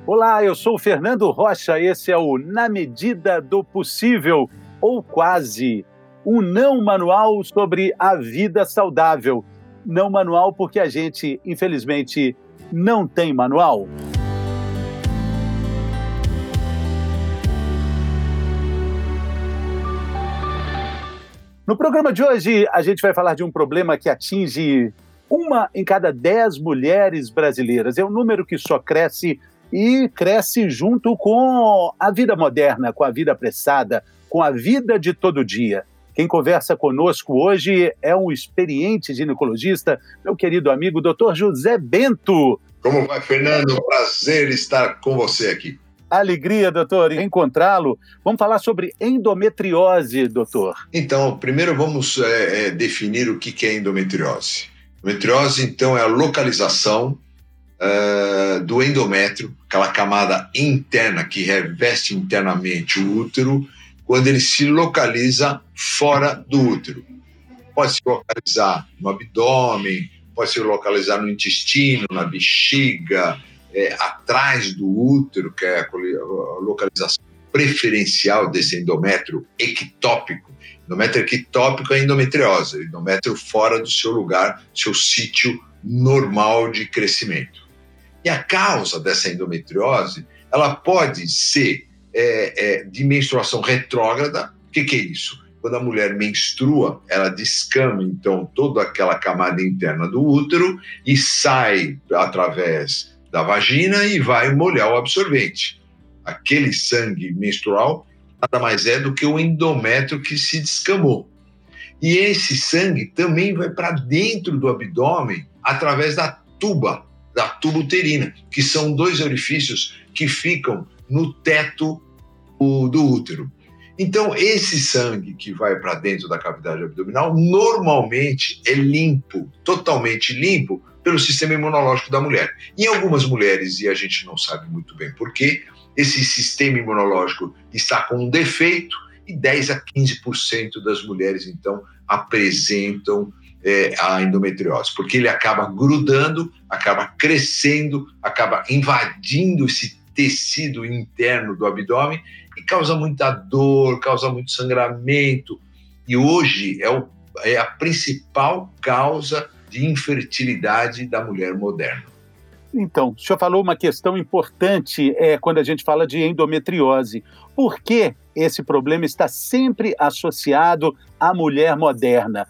Olá, eu sou o Fernando Rocha, esse é o Na Medida do Possível, ou quase, um não manual sobre a vida saudável. Não manual porque a gente, infelizmente, não tem manual. No programa de hoje, a gente vai falar de um problema que atinge 1 em cada 10 mulheres brasileiras. É um número que só cresce e cresce junto com a vida moderna, com a vida apressada, com a vida de todo dia. Quem conversa conosco hoje é um experiente ginecologista, meu querido amigo Dr. José Bento. Como vai, Fernando? Prazer estar com você aqui. Alegria, doutor, encontrá-lo. Vamos falar sobre endometriose, doutor. Então, primeiro vamos definir o que é endometriose. Endometriose, então, é a localização do endométrio, aquela camada interna que reveste internamente o útero, quando ele se localiza fora do útero. Pode se localizar no abdômen, pode se localizar no intestino, na bexiga, atrás do útero, que é a localização preferencial desse endométrio ectópico. Endométrio ectópico é endometriose, endométrio fora do seu lugar, seu sítio normal de crescimento. E a causa dessa endometriose, ela pode ser de menstruação retrógrada. O que é isso? Quando a mulher menstrua, ela descama, então, toda aquela camada interna do útero e sai através da vagina e vai molhar o absorvente. Aquele sangue menstrual nada mais é do que o endométrio que se descamou. E esse sangue também vai para dentro do abdômen através da tuba uterina, que são 2 orifícios que ficam no teto do útero. Então, esse sangue que vai para dentro da cavidade abdominal normalmente é limpo, totalmente limpo, pelo sistema imunológico da mulher. Em algumas mulheres, e a gente não sabe muito bem por quê, esse sistema imunológico está com um defeito e 10 a 15% das mulheres, então, apresentam a endometriose, porque ele acaba grudando, acaba crescendo, acaba invadindo esse tecido interno do abdômen e causa muita dor, causa muito sangramento. E hoje é a principal causa de infertilidade da mulher moderna. Então, o senhor falou uma questão importante quando a gente fala de endometriose. Por que esse problema está sempre associado à mulher moderna?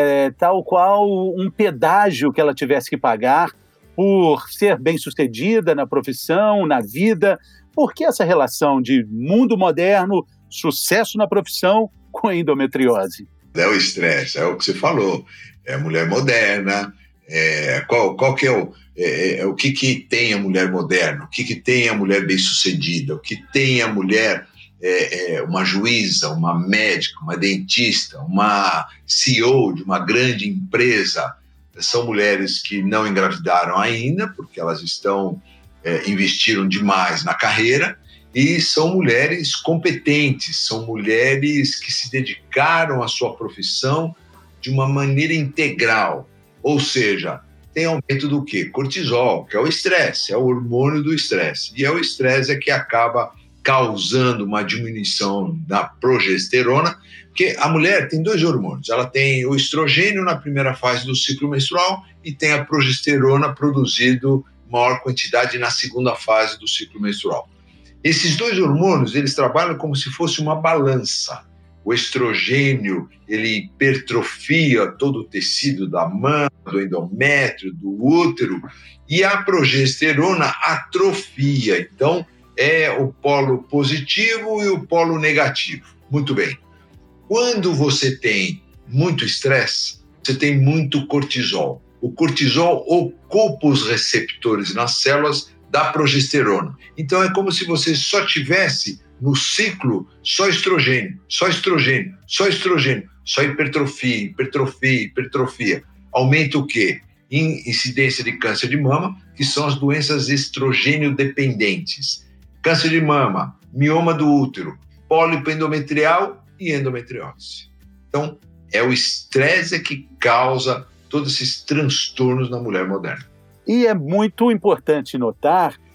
Tal qual um pedágio que ela tivesse que pagar por ser bem-sucedida na profissão, na vida. Por que essa relação de mundo moderno, sucesso na profissão, com a endometriose? É o estresse, é o que você falou. É a mulher moderna. Qual que é o que tem a mulher moderna? O que tem a mulher bem-sucedida? O que tem a mulher, uma juíza, uma médica, uma dentista, uma CEO de uma grande empresa? São mulheres que não engravidaram ainda, porque elas investiram demais na carreira, e são mulheres competentes, são mulheres que se dedicaram à sua profissão de uma maneira integral. Ou seja, tem aumento do quê? Cortisol, que é o estresse, é o hormônio do estresse. E é o estresse que acaba causando uma diminuição da progesterona, porque a mulher tem 2 hormônios. Ela tem o estrogênio na primeira fase do ciclo menstrual e tem a progesterona produzido em maior quantidade na segunda fase do ciclo menstrual. Esses 2 hormônios, eles trabalham como se fosse uma balança. O estrogênio, ele hipertrofia todo o tecido da mama, do endométrio, do útero, e a progesterona atrofia. Então, é o polo positivo e o polo negativo. Muito bem. Quando você tem muito estresse, você tem muito cortisol. O cortisol ocupa os receptores nas células da progesterona. Então, é como se você só tivesse no ciclo só estrogênio, só estrogênio, só estrogênio, só hipertrofia, hipertrofia, hipertrofia. Aumenta o quê? Incidência de câncer de mama, que são as doenças estrogênio dependentes. Câncer de mama, mioma do útero, pólipo endometrial e endometriose. Então, é o estresse que causa todos esses transtornos na mulher moderna. E é muito importante notar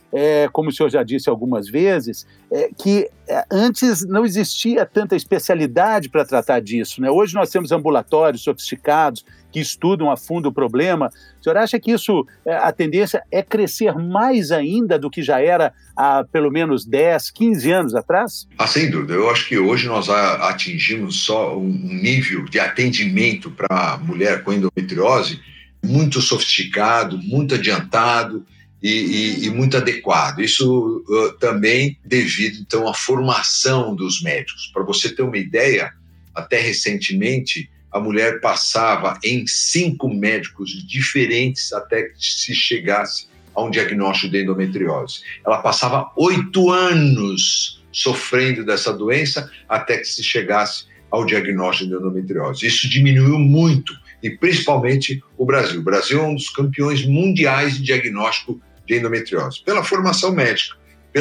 como o senhor já disse algumas vezes, que antes não existia tanta especialidade para tratar disso, né? Hoje nós temos ambulatórios sofisticados que estudam a fundo o problema. O senhor acha que isso, a tendência é crescer mais ainda do que já era há pelo menos 10, 15 anos atrás? Sem dúvida. Eu acho que hoje nós atingimos só um nível de atendimento para a mulher com endometriose muito sofisticado, muito adiantado e muito adequado. Isso também devido, então, à formação dos médicos. Para você ter uma ideia, até recentemente, a mulher passava em 5 médicos diferentes até que se chegasse a um diagnóstico de endometriose. Ela passava 8 anos sofrendo dessa doença até que se chegasse ao diagnóstico de endometriose. Isso diminuiu muito, e principalmente o Brasil. O Brasil é um dos campeões mundiais de diagnóstico de endometriose, pela formação médica,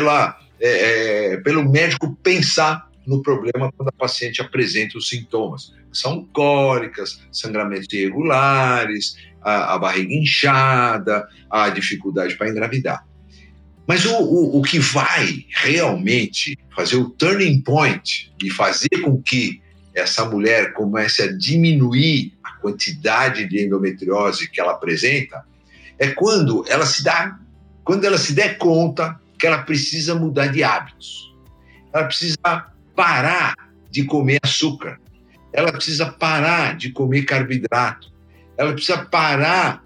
pelo médico pensar no problema quando a paciente apresenta os sintomas. São cólicas, sangramentos irregulares, a barriga inchada, a dificuldade para engravidar. Mas o que vai realmente fazer o turning point e fazer com que essa mulher comece a diminuir a quantidade de endometriose que ela apresenta é quando ela se der conta que ela precisa mudar de hábitos. Ela precisa parar de comer açúcar. Ela precisa parar de comer carboidrato. Ela precisa parar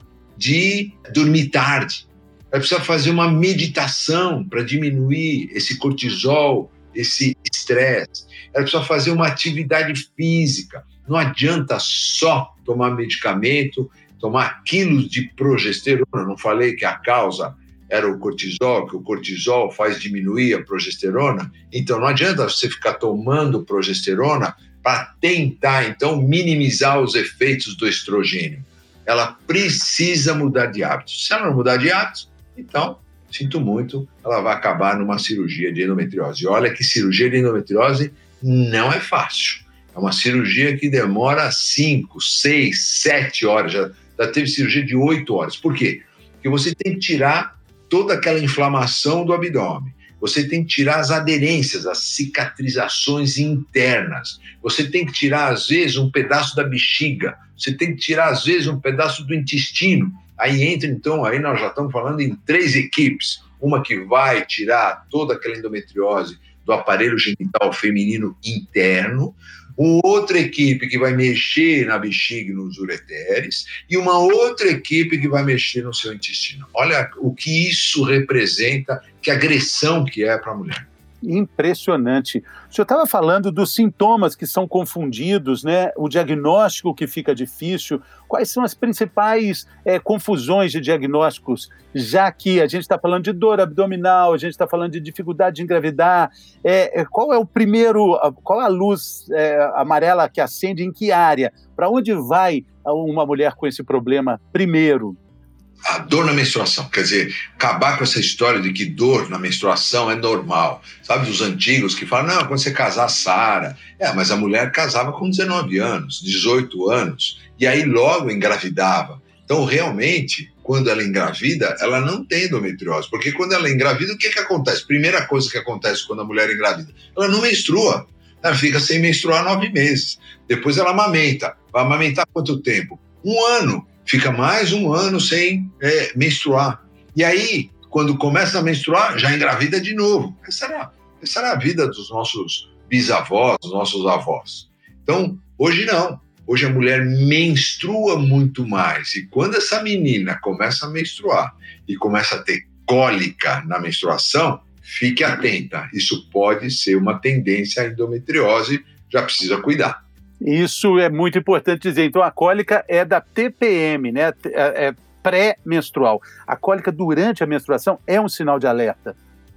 de dormir tarde. Ela precisa fazer uma meditação para diminuir esse cortisol, esse estresse. Ela precisa fazer uma atividade física. Não adianta só tomar medicamento, tomar quilos de progesterona. Não falei que a causa era o cortisol, que o cortisol faz diminuir a progesterona? Então não adianta você ficar tomando progesterona para tentar, então, minimizar os efeitos do estrogênio. Ela precisa mudar de hábitos. Se ela não mudar de hábitos, então, sinto muito, ela vai acabar numa cirurgia de endometriose. E olha que cirurgia de endometriose não é fácil. É uma cirurgia que demora 5, 6, 7 horas. Já teve cirurgia de 8 horas. Por quê? Porque você tem que tirar toda aquela inflamação do abdômen. Você tem que tirar as aderências, as cicatrizações internas. Você tem que tirar, às vezes, um pedaço da bexiga. Você tem que tirar, às vezes, um pedaço do intestino. Aí entra, então, aí nós já estamos falando em 3 equipes. Uma que vai tirar toda aquela endometriose do aparelho genital feminino interno, uma outra equipe que vai mexer na bexiga e nos ureteres, e uma outra equipe que vai mexer no seu intestino. Olha o que isso representa, que agressão que é para a mulher. Impressionante. O senhor estava falando dos sintomas que são confundidos, né? O diagnóstico que fica difícil. Quais são as principais confusões de diagnósticos, já que a gente está falando de dor abdominal, a gente está falando de dificuldade de engravidar? Qual é o primeiro, qual a luz amarela que acende em que área? Para onde vai uma mulher com esse problema primeiro? A dor na menstruação, quer dizer, acabar com essa história de que dor na menstruação é normal. Sabe, dos antigos que falam, não, quando você casar, sara. Mas a mulher casava com 19 anos, 18 anos, e aí logo engravidava. Então, realmente, quando ela engravida, ela não tem endometriose, porque quando ela engravida, o que acontece? Primeira coisa que acontece quando a mulher engravida, ela não menstrua. Ela fica sem menstruar 9 meses. Depois ela amamenta. Vai amamentar quanto tempo? 1 ano. Fica mais 1 ano sem menstruar. E aí, quando começa a menstruar, já engravida de novo. Essa era a vida dos nossos bisavós, dos nossos avós. Então, hoje não. Hoje a mulher menstrua muito mais. E quando essa menina começa a menstruar e começa a ter cólica na menstruação, fique atenta. Isso pode ser uma tendência à endometriose, já precisa cuidar. Isso é muito importante dizer. Então, a cólica é da TPM, né? É pré-menstrual. A cólica durante a menstruação é um sinal de alerta.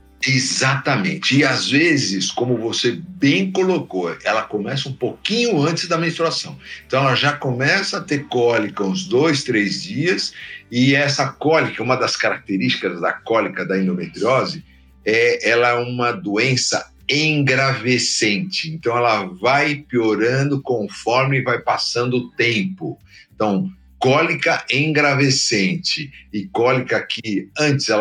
Exatamente. E, às vezes, como você bem colocou, ela começa um pouquinho antes da menstruação. Então, ela já começa a ter cólica uns 2, 3 dias. E essa cólica, uma das características da cólica da endometriose, ela é uma doença engravescente, então ela vai piorando conforme vai passando o tempo. Então, cólica engravescente e cólica que antes ela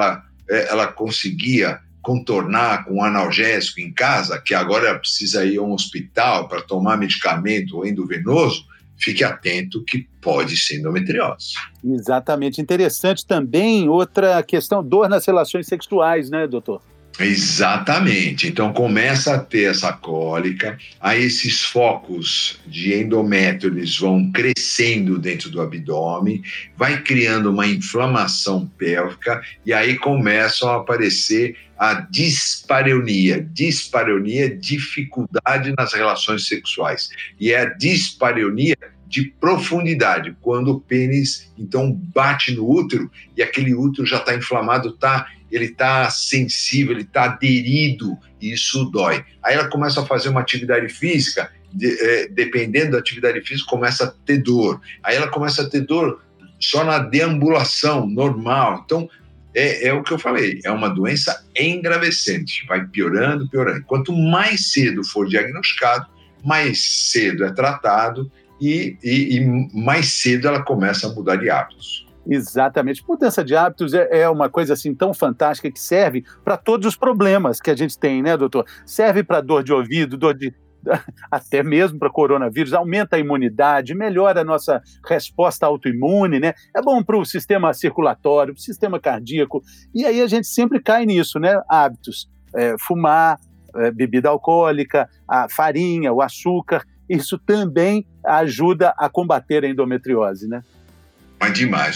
ela conseguia contornar com analgésico em casa, que agora ela precisa ir a um hospital para tomar medicamento endovenoso, fique atento que pode ser endometriose. Exatamente. Interessante também outra questão, dor nas relações sexuais, né, doutor? Exatamente. Então começa a ter essa cólica, aí esses focos de endométrio eles vão crescendo dentro do abdômen, vai criando uma inflamação pélvica e aí começam a aparecer a dispareunia. Dispareunia é dificuldade nas relações sexuais. E é a dispareunia de profundidade, quando o pênis então bate no útero e aquele útero já está inflamado, ele está sensível, ele está aderido, e isso dói. Aí ela começa a fazer uma atividade física, dependendo da atividade física, começa a ter dor. Aí ela começa a ter dor só na deambulação normal. Então, é o que eu falei, é uma doença engravescente, vai piorando, piorando. Quanto mais cedo for diagnosticado, mais cedo é tratado e mais cedo ela começa a mudar de hábitos. Exatamente. Mudança de hábitos é uma coisa assim tão fantástica que serve para todos os problemas que a gente tem, né, doutor? Serve para dor de ouvido, até mesmo para coronavírus, aumenta a imunidade, melhora a nossa resposta autoimune, né? É bom para o sistema circulatório, para o sistema cardíaco. E aí a gente sempre cai nisso, né? Hábitos, fumar, bebida alcoólica, a farinha, o açúcar, isso também ajuda a combater a endometriose, né? Mas demais.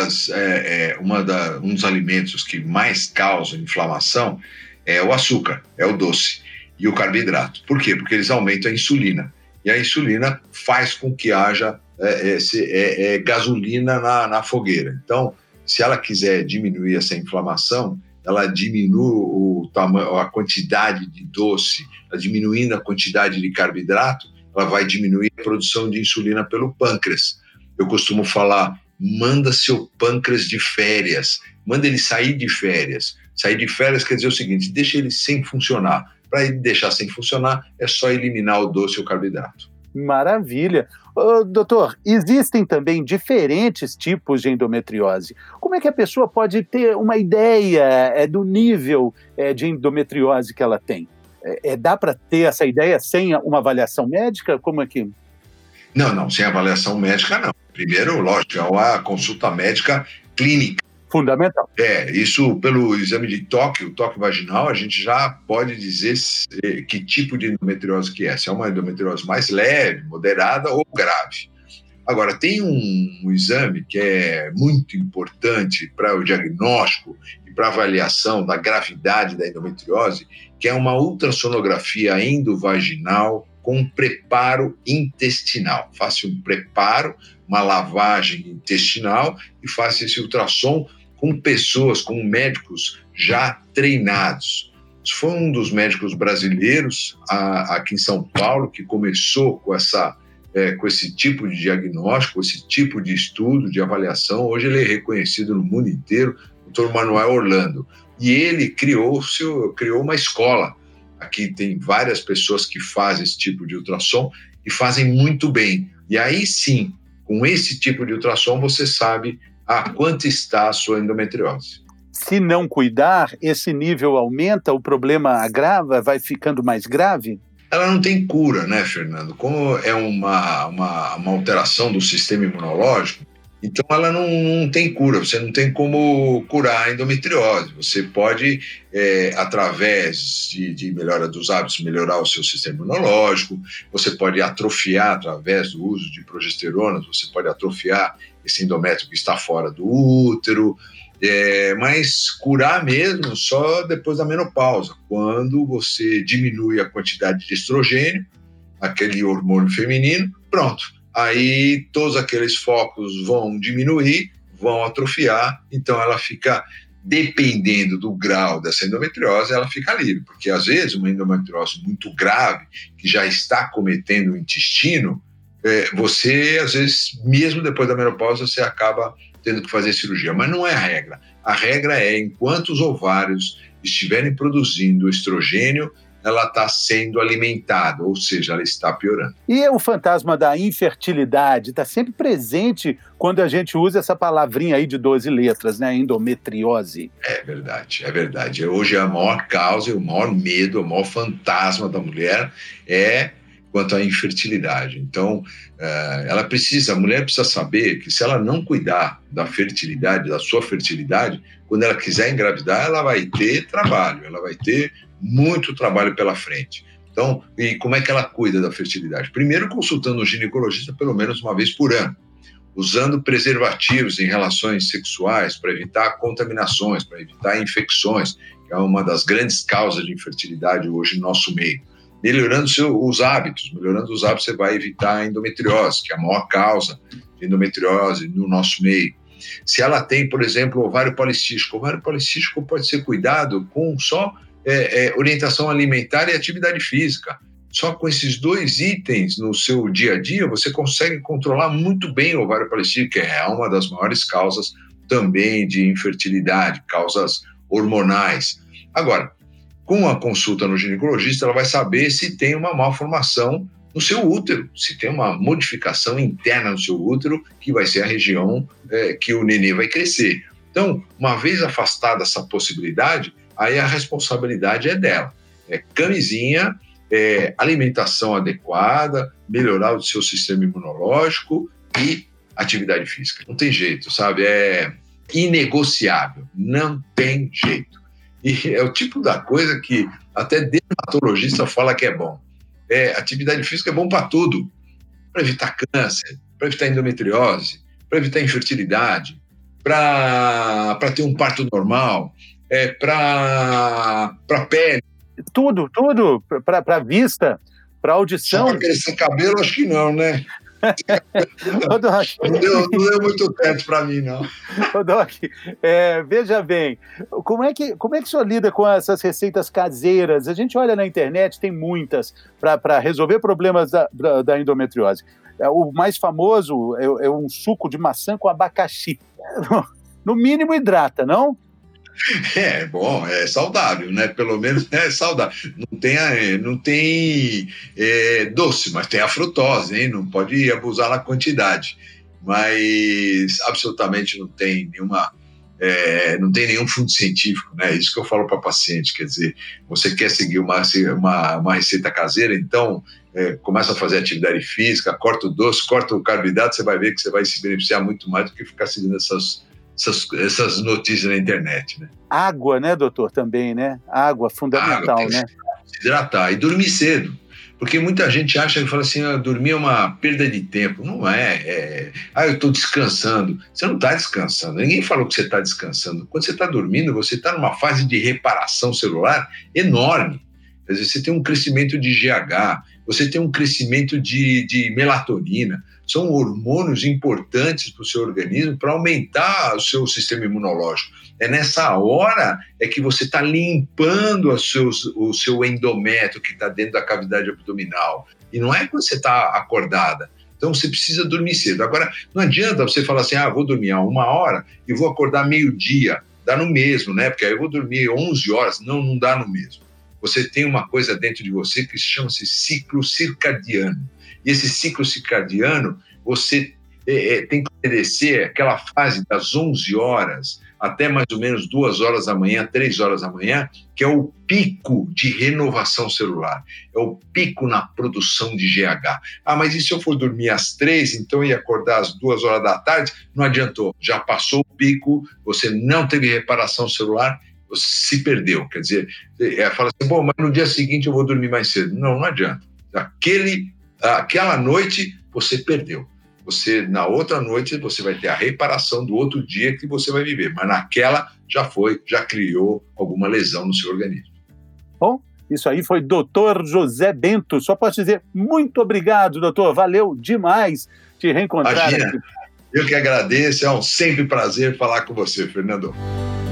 Um dos alimentos que mais causam inflamação é o açúcar, é o doce e o carboidrato. Por quê? Porque eles aumentam a insulina. E a insulina faz com que haja gasolina na fogueira. Então, se ela quiser diminuir essa inflamação, ela diminui a quantidade de doce, diminuindo a quantidade de carboidrato, ela vai diminuir a produção de insulina pelo pâncreas. Eu costumo falar, manda seu pâncreas de férias, manda ele sair de férias. Sair de férias quer dizer o seguinte, deixa ele sem funcionar. Para ele deixar sem funcionar, é só eliminar o doce e o carboidrato. Maravilha. Doutor, existem também diferentes tipos de endometriose. Como é que a pessoa pode ter uma ideia do nível de endometriose que ela tem? Dá para ter essa ideia sem uma avaliação médica? Como é que... Não, sem avaliação médica não. Primeiro, lógico, é uma consulta médica clínica. Fundamental. Isso pelo exame de toque, o toque vaginal, a gente já pode dizer que tipo de endometriose que é. Se é uma endometriose mais leve, moderada ou grave. Agora, tem um exame que é muito importante para o diagnóstico e para a avaliação da gravidade da endometriose, que é uma ultrassonografia endovaginal com preparo intestinal. Faça um preparo, uma lavagem intestinal e faça esse ultrassom com pessoas, com médicos já treinados. Foi um dos médicos brasileiros aqui em São Paulo que começou com esse tipo de diagnóstico, esse tipo de estudo, de avaliação. Hoje ele é reconhecido no mundo inteiro, o Dr. Manuel Orlando. E ele criou uma escola. Aqui tem várias pessoas que fazem esse tipo de ultrassom e fazem muito bem. E aí sim, com esse tipo de ultrassom, você sabe a quanto está a sua endometriose. Se não cuidar, esse nível aumenta, o problema agrava, vai ficando mais grave? Ela não tem cura, né, Fernando? Como é uma alteração do sistema imunológico, então ela não tem cura, você não tem como curar a endometriose. Você pode, através de melhora dos hábitos, melhorar o seu sistema imunológico, você pode atrofiar através do uso de progesterona, você pode atrofiar esse endométrio que está fora do útero, mas curar mesmo só depois da menopausa, quando você diminui a quantidade de estrogênio, aquele hormônio feminino, pronto. Aí todos aqueles focos vão diminuir, vão atrofiar, então ela fica, dependendo do grau dessa endometriose, ela fica livre, porque às vezes uma endometriose muito grave, que já está cometendo o intestino, você, às vezes, mesmo depois da menopausa, você acaba tendo que fazer cirurgia, mas não é a regra. A regra é, enquanto os ovários estiverem produzindo estrogênio ela está sendo alimentada, ou seja, ela está piorando. E o fantasma da infertilidade está sempre presente quando a gente usa essa palavrinha aí de 12 letras, né? Endometriose. É verdade, é verdade. Hoje a maior causa, o maior medo, o maior fantasma da mulher é quanto à infertilidade. Então, a mulher precisa saber que se ela não cuidar da fertilidade, da sua fertilidade, quando ela quiser engravidar, ela vai ter trabalho, ela vai ter muito trabalho pela frente. Então, e como é que ela cuida da fertilidade? Primeiro, consultando um ginecologista pelo menos uma vez por ano, usando preservativos em relações sexuais para evitar contaminações, para evitar infecções, que é uma das grandes causas de infertilidade hoje no nosso meio. Melhorando os hábitos você vai evitar a endometriose, que é a maior causa de endometriose no nosso meio. Se ela tem, por exemplo, ovário policístico pode ser cuidado com só orientação alimentar e atividade física. Só com esses 2 itens no seu dia a dia, você consegue controlar muito bem o ovário policístico, que é uma das maiores causas também de infertilidade, causas hormonais. Agora, com a consulta no ginecologista, ela vai saber se tem uma malformação no seu útero, se tem uma modificação interna no seu útero, que vai ser a região que o nenê vai crescer. Então, uma vez afastada essa possibilidade, aí a responsabilidade é dela. É camisinha, alimentação adequada, melhorar o seu sistema imunológico e atividade física. Não tem jeito, sabe? É inegociável, não tem jeito. E é o tipo da coisa que até dermatologista fala que é bom. Atividade física é bom para tudo. Para evitar câncer, para evitar endometriose, para evitar infertilidade, para ter um parto normal, para pele. Tudo, para vista, para audição. Só para crescer cabelo, acho que não, né? Não deu muito certo para mim, não. Ô, Doc, veja bem, como é que o senhor lida com essas receitas caseiras? A gente olha na internet, tem muitas para resolver problemas da endometriose. O mais famoso é um suco de maçã com abacaxi. No mínimo hidrata, não? É bom, é saudável, né? Pelo menos é saudável. Não tem doce, mas tem a frutose, hein? Não pode abusar na quantidade. Mas absolutamente não tem nenhum fundo científico, né? Isso que eu falo para paciente, quer dizer, você quer seguir uma receita caseira, então começa a fazer atividade física, corta o doce, corta o carboidrato, você vai ver que você vai se beneficiar muito mais do que ficar seguindo essas notícias na internet, né? Água, né, doutor, também, né? Água, fundamental, água, né? Se hidratar e dormir cedo. Porque muita gente acha que fala assim, dormir é uma perda de tempo. Não é. Eu estou descansando. Você não está descansando. Ninguém falou que você está descansando. Quando você está dormindo, você está numa fase de reparação celular enorme. Quer dizer, você tem um crescimento de GH, você tem um crescimento de melatonina. São hormônios importantes para o seu organismo para aumentar o seu sistema imunológico. É nessa hora que você está limpando o seu endométrio que está dentro da cavidade abdominal. E não é quando você está acordada. Então você precisa dormir cedo. Agora, não adianta você falar assim, vou dormir a 1h e vou acordar meio-dia. Dá no mesmo, né? Porque aí eu vou dormir 11 horas. Não dá no mesmo. Você tem uma coisa dentro de você que chama-se ciclo circadiano. E esse ciclo circadiano, você tem que obedecer aquela fase das 11 horas até mais ou menos 2 horas da manhã, 3 horas da manhã, que é o pico de renovação celular, é o pico na produção de GH. Mas e se eu for dormir às 3, então ia acordar às 2 horas da tarde? Não adiantou, já passou o pico, você não teve reparação celular, você se perdeu. Quer dizer, fala assim, mas no dia seguinte eu vou dormir mais cedo. Não adianta. Aquela noite você perdeu. Na outra noite você vai ter a reparação do outro dia que você vai viver, mas naquela já criou alguma lesão no seu organismo. Bom, isso aí foi Dr. José Bento. Só posso dizer muito obrigado, doutor. Valeu demais te reencontrar. Imagina, eu que agradeço, é um sempre prazer falar com você, Fernando.